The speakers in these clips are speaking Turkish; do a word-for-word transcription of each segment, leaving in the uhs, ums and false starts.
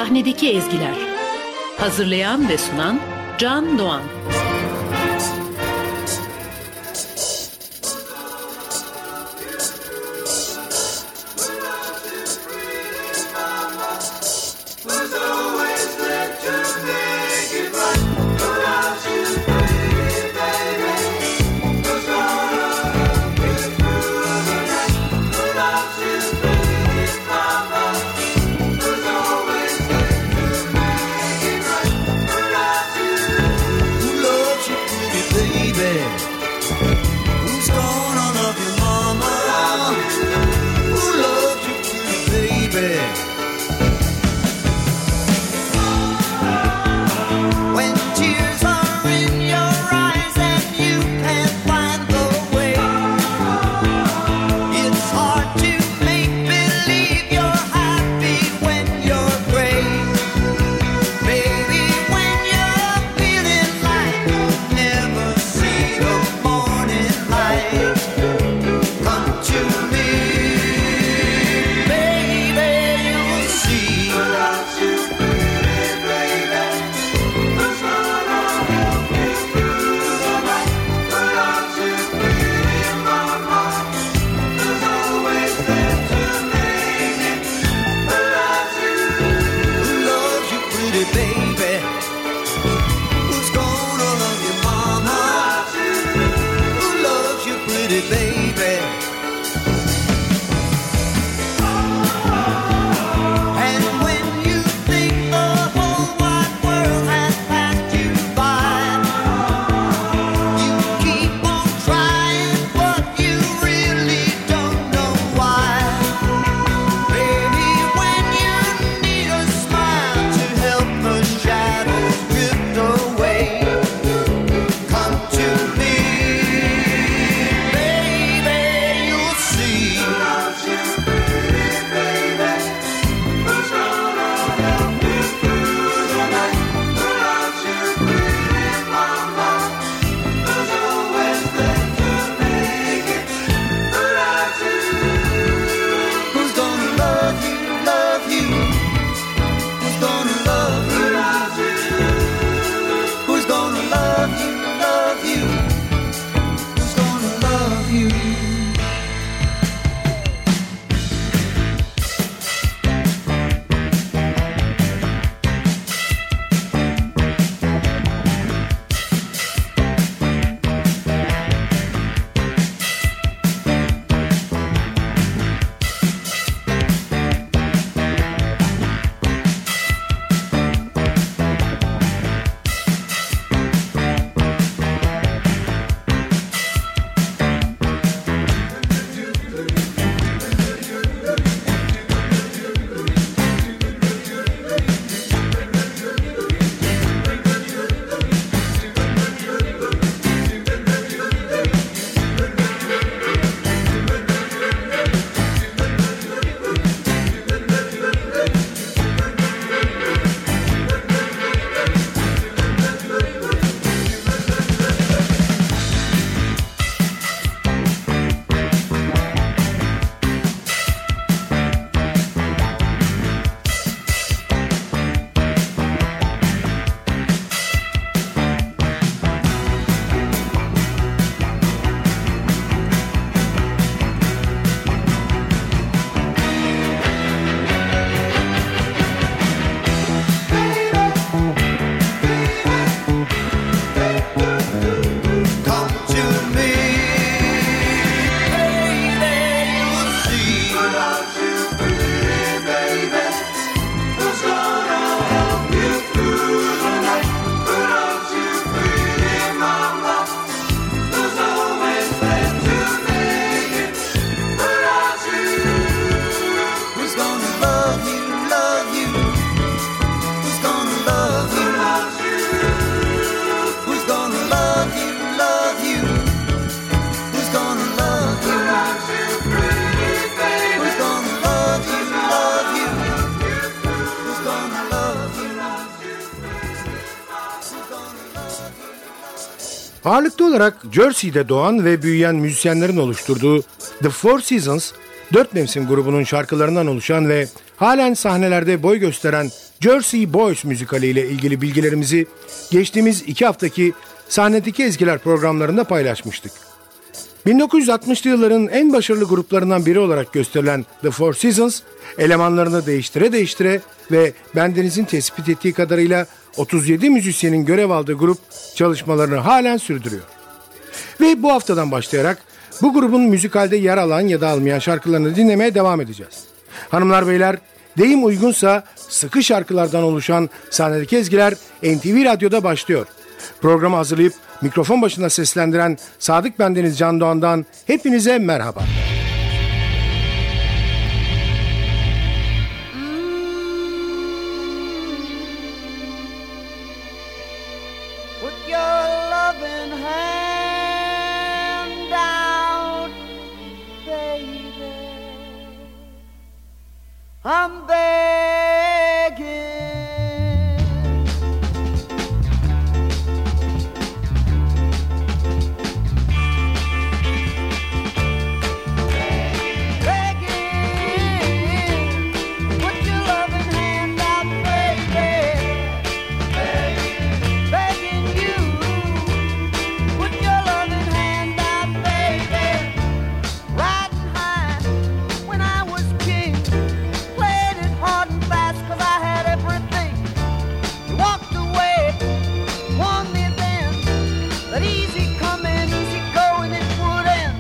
Sahnedeki ezgiler. Hazırlayan ve sunan Can Doğan. Ağırlıklı olarak Jersey'de doğan ve büyüyen müzisyenlerin oluşturduğu The Four Seasons, Dört Mevsim grubunun şarkılarından oluşan ve halen sahnelerde boy gösteren Jersey Boys müzikaliyle ilgili bilgilerimizi geçtiğimiz iki haftaki Sahnedeki Ezgiler programlarında paylaşmıştık. bin dokuz yüz altmışlı yılların en başarılı gruplarından biri olarak gösterilen The Four Seasons, elemanlarını değiştire değiştire ve bendenizin tespit ettiği kadarıyla otuz yedi müzisyenin görev aldığı grup çalışmalarını halen sürdürüyor. Ve bu haftadan başlayarak bu grubun müzikalde yer alan ya da almayan şarkılarını dinlemeye devam edeceğiz. Hanımlar beyler, deyim uygunsa sıkı şarkılardan oluşan Sahnedeki Ezgiler N T V Radyo'da başlıyor. Programı hazırlayıp mikrofon başında seslendiren Sadık Bendeniz Can Doğan'dan hepinize merhaba. I'm begging, begging, put your loving hand out, baby. Begging, begging you, put your loving hand out, baby. Riding high when I was king. Played it hard and fast 'cause I had everything. You walked away, warned me then that easy coming, easy going it would end.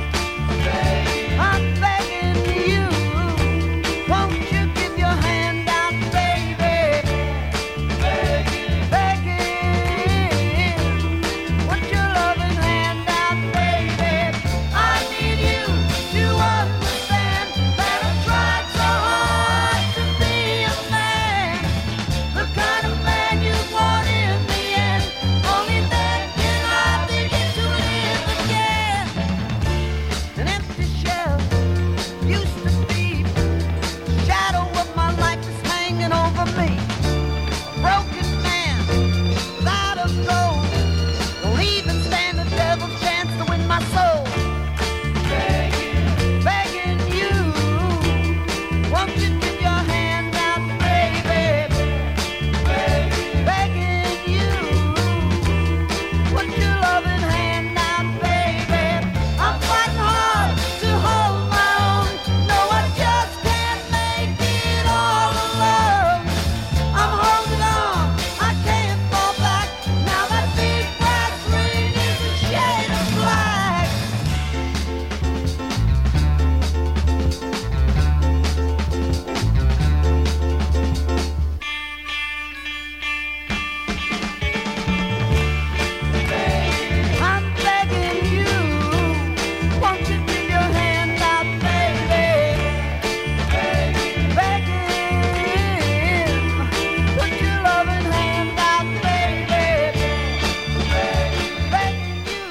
I'm begging you, won't you give your hand out, baby? Begging, begging, put your loving hand out, baby. I need you to understand that I tried so hard to be a man, the kind of man you want in the end. Only then can I begin to live again. An empty shell used to be, shadow of my life is hanging over me. A broken man without a goal, don't even stand a devil's chance to win my soul. Begging, begging you, won't you give your hand out, baby? Begging, begging you, put your loving hand out, baby. I'm fighting hard to hold my own. No, I just can't make it all alone. I'm holding on, I can't fall back. Now that big brass ring is a shade of black. I'm begging you, won't you give your hand out, baby? Begging, put your loving hand out, baby. Begging you.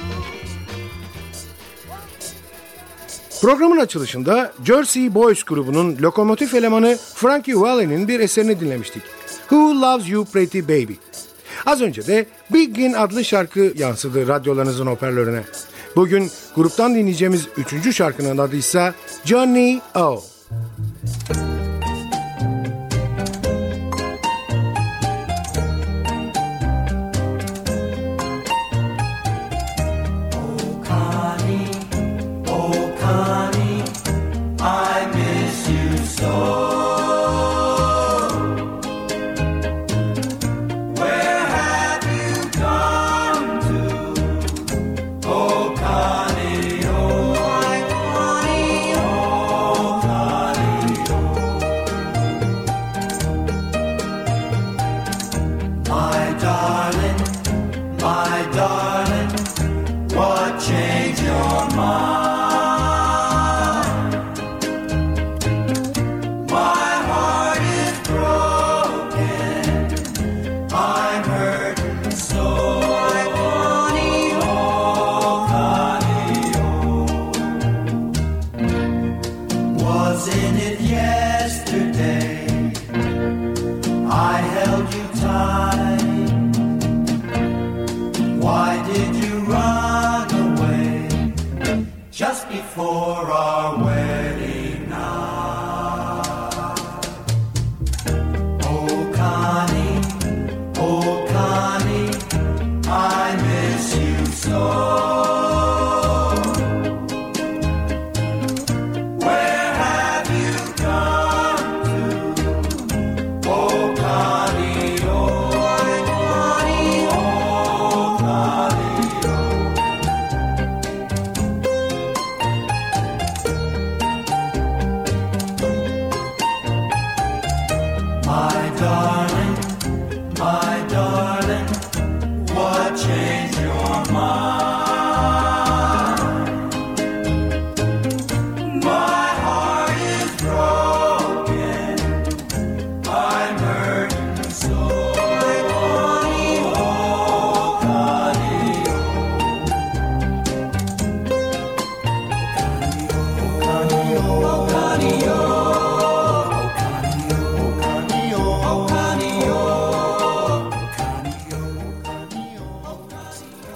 Programın açılışında Jersey Boys grubunun lokomotif elemanı Frankie Valli'nin bir eserini dinlemiştik. Who Loves You Pretty Baby. Az önce de Begin adlı şarkı yansıdı radyolarınızın hoparlörüne. Bugün gruptan dinleyeceğimiz üçüncü şarkının adı ise Johnny O. I miss you so. Where have you gone to? Oh, Connie, oh, my Connie, oh, Connie, oh. My darling, my darling, what changed your mind? Wasn't it yesterday I held you tight? Why did you run away just before our wedding?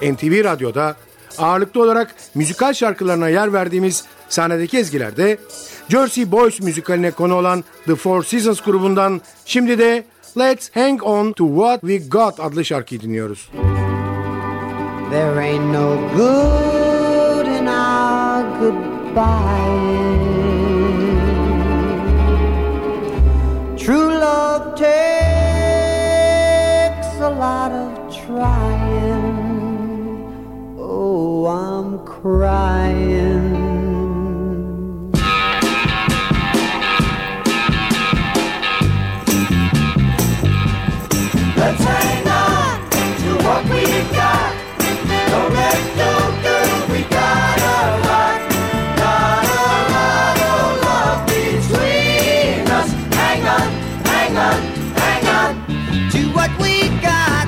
N T V Radyo'da ağırlıklı olarak müzikal şarkılarına yer verdiğimiz sahnedeki ezgilerde Jersey Boys müzikaline konu olan The Four Seasons grubundan şimdi de Let's Hang On To What We Got adlı şarkıyı dinliyoruz. There ain't no good in our goodbye. True love takes a lot of trying. Oh, I'm crying. Let's hang on to what we've got. Don't let go, girl, we got a lot. Got a lot of love between us. Hang on, hang on, hang on To what we got.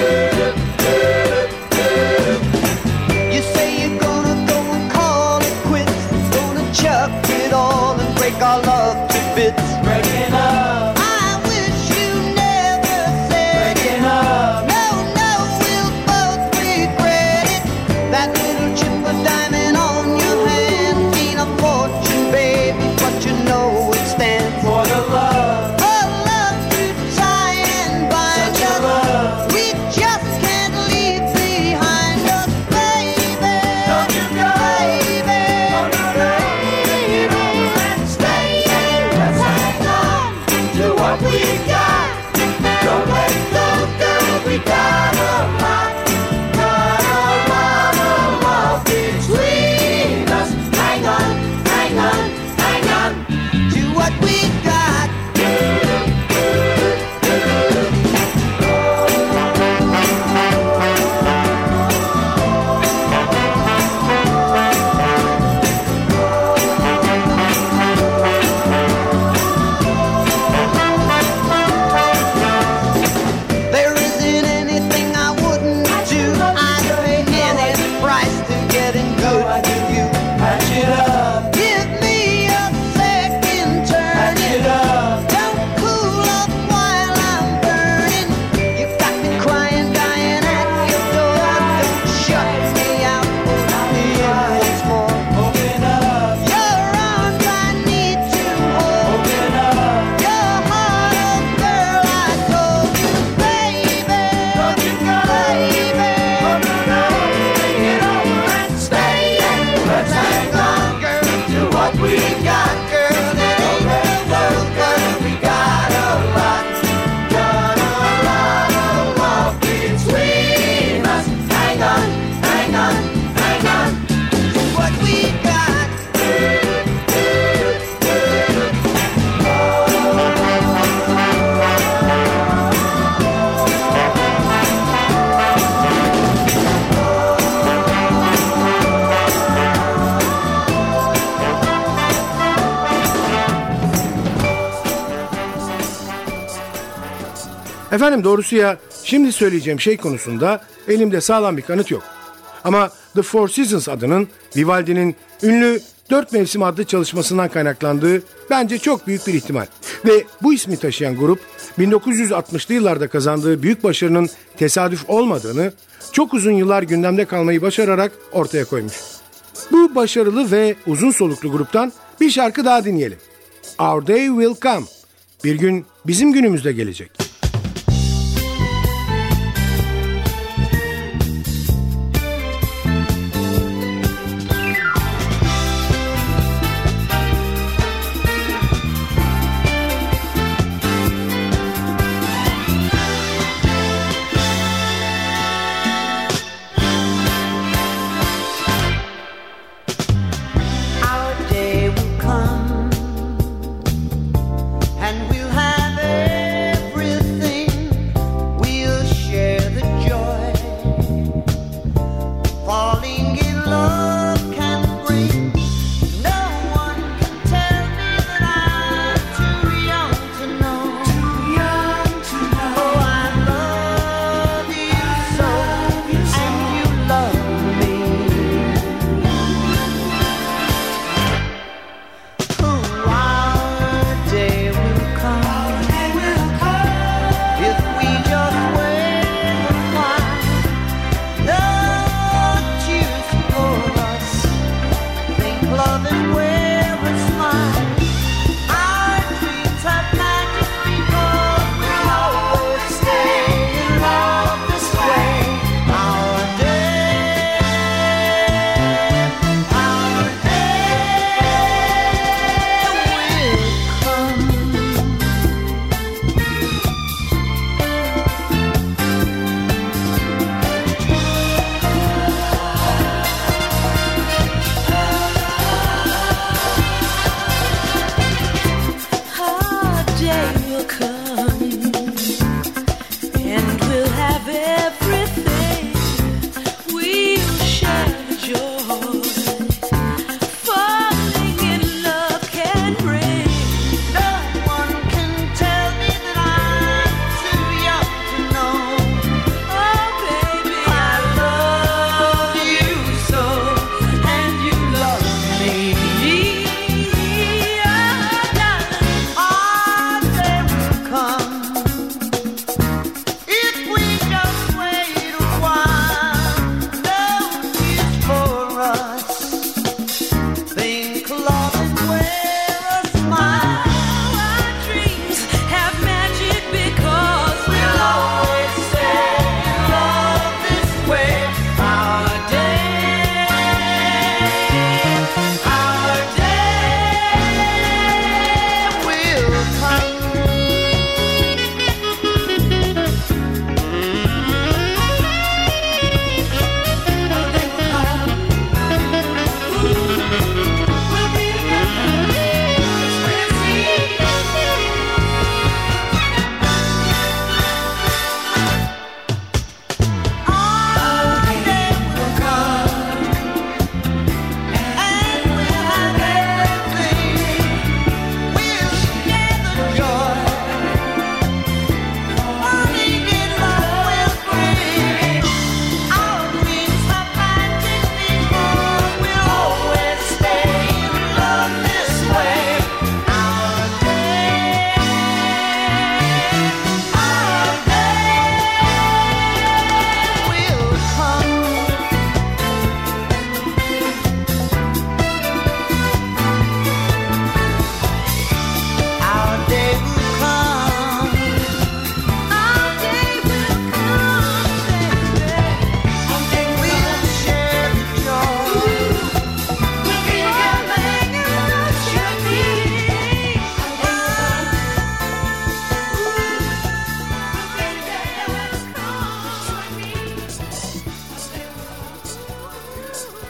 You say you're gonna go and call it quits. Gonna chuck it all and break our love to bits. breaking up, I wish you never said it. breaking up. No, no, we'll both regret it. That little chip of diamond on your hand ain't a fortune, baby, but you know it stands For the love, for love to tie and bind such a us. love. We just can't leave behind us, baby. Don't you go, baby. don't you go, and stay here. Let's hang on to what we got. Don't let go, girl, we got a lot. Got a lot of love between us. Hang on, hang on, hang on. To what we got. There isn't anything I wouldn't do. I'd pay any price to getting good with you. Patch it up, Give me a second patch it turning. up. Don't cool up while I'm burning. You got me crying, dying at your door. Don't shut me out. Let me in once more. Open up, Your arms I need to hold. open up. Your heart, oh girl, I told you, baby. Don't you go, Baby. open up, bring it over and stay here. Let's hang on, girl, to what we got. Girl, it Don't ain't let no go, good. girl, we got a lot. Got a lot of love between us. Hang on, hang on, hang on. What we got. Efendim doğrusu ya şimdi söyleyeceğim şey konusunda elimde sağlam bir kanıt yok. Ama The Four Seasons adının Vivaldi'nin ünlü Dört Mevsim adlı çalışmasından kaynaklandığı bence çok büyük bir ihtimal. Ve bu ismi taşıyan grup bin dokuz yüz altmışlı yıllarda kazandığı büyük başarının tesadüf olmadığını çok uzun yıllar gündemde kalmayı başararak ortaya koymuş. Bu başarılı ve uzun soluklu gruptan bir şarkı daha dinleyelim. Our Day Will Come. Bir gün bizim günümüzde gelecek. Our day will come, and we'll have everything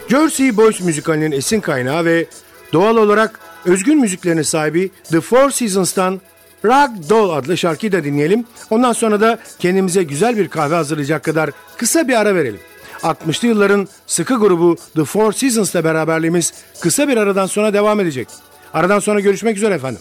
Jersey Boys müzikalinin esin kaynağı ve doğal olarak özgün müziklerine sahibi The Four Seasons'tan Rag Doll adlı şarkıyı da dinleyelim. Ondan sonra da kendimize güzel bir kahve hazırlayacak kadar kısa bir ara verelim. altmışlı yılların sıkı grubu The Four Seasons'la beraberliğimiz kısa bir aradan sonra devam edecek. Aradan sonra görüşmek üzere efendim.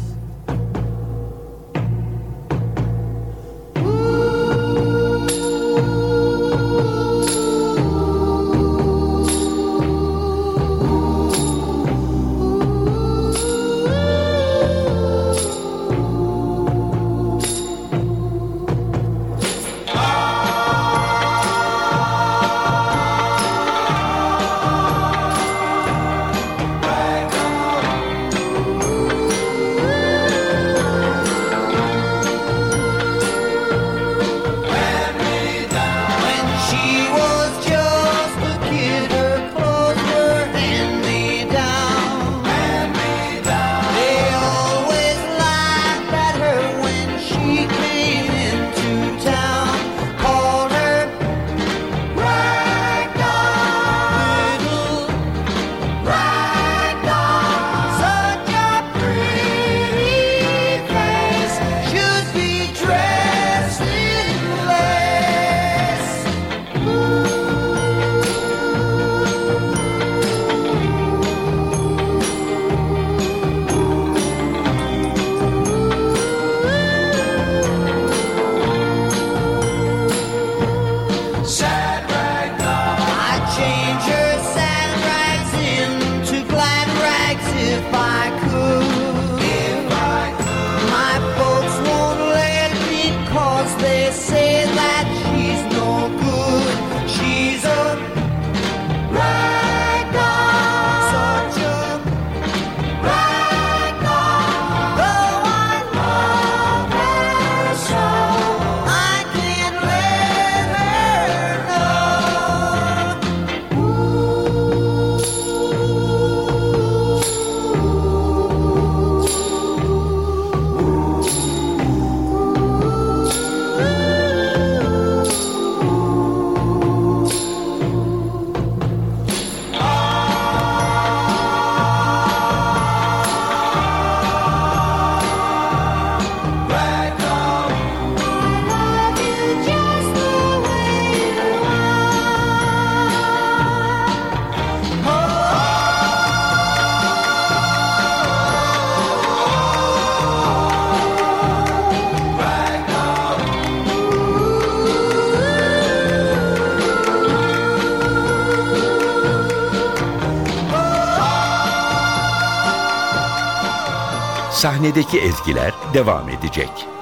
When she was just a kid, her clothes were hand-me-down. They always laughed at her when she came into town. Called her Ragdoll, little Ragdoll. Such a pretty face, should be dressed in lace. I'd change her sad rags into glad rags if I could. My folks won't let me 'cause they say that she's no good. She's a rag doll, such a rag doll. Though I love her so, I can't let her know. Love you just the way you Sahnedeki ezgiler devam edecek.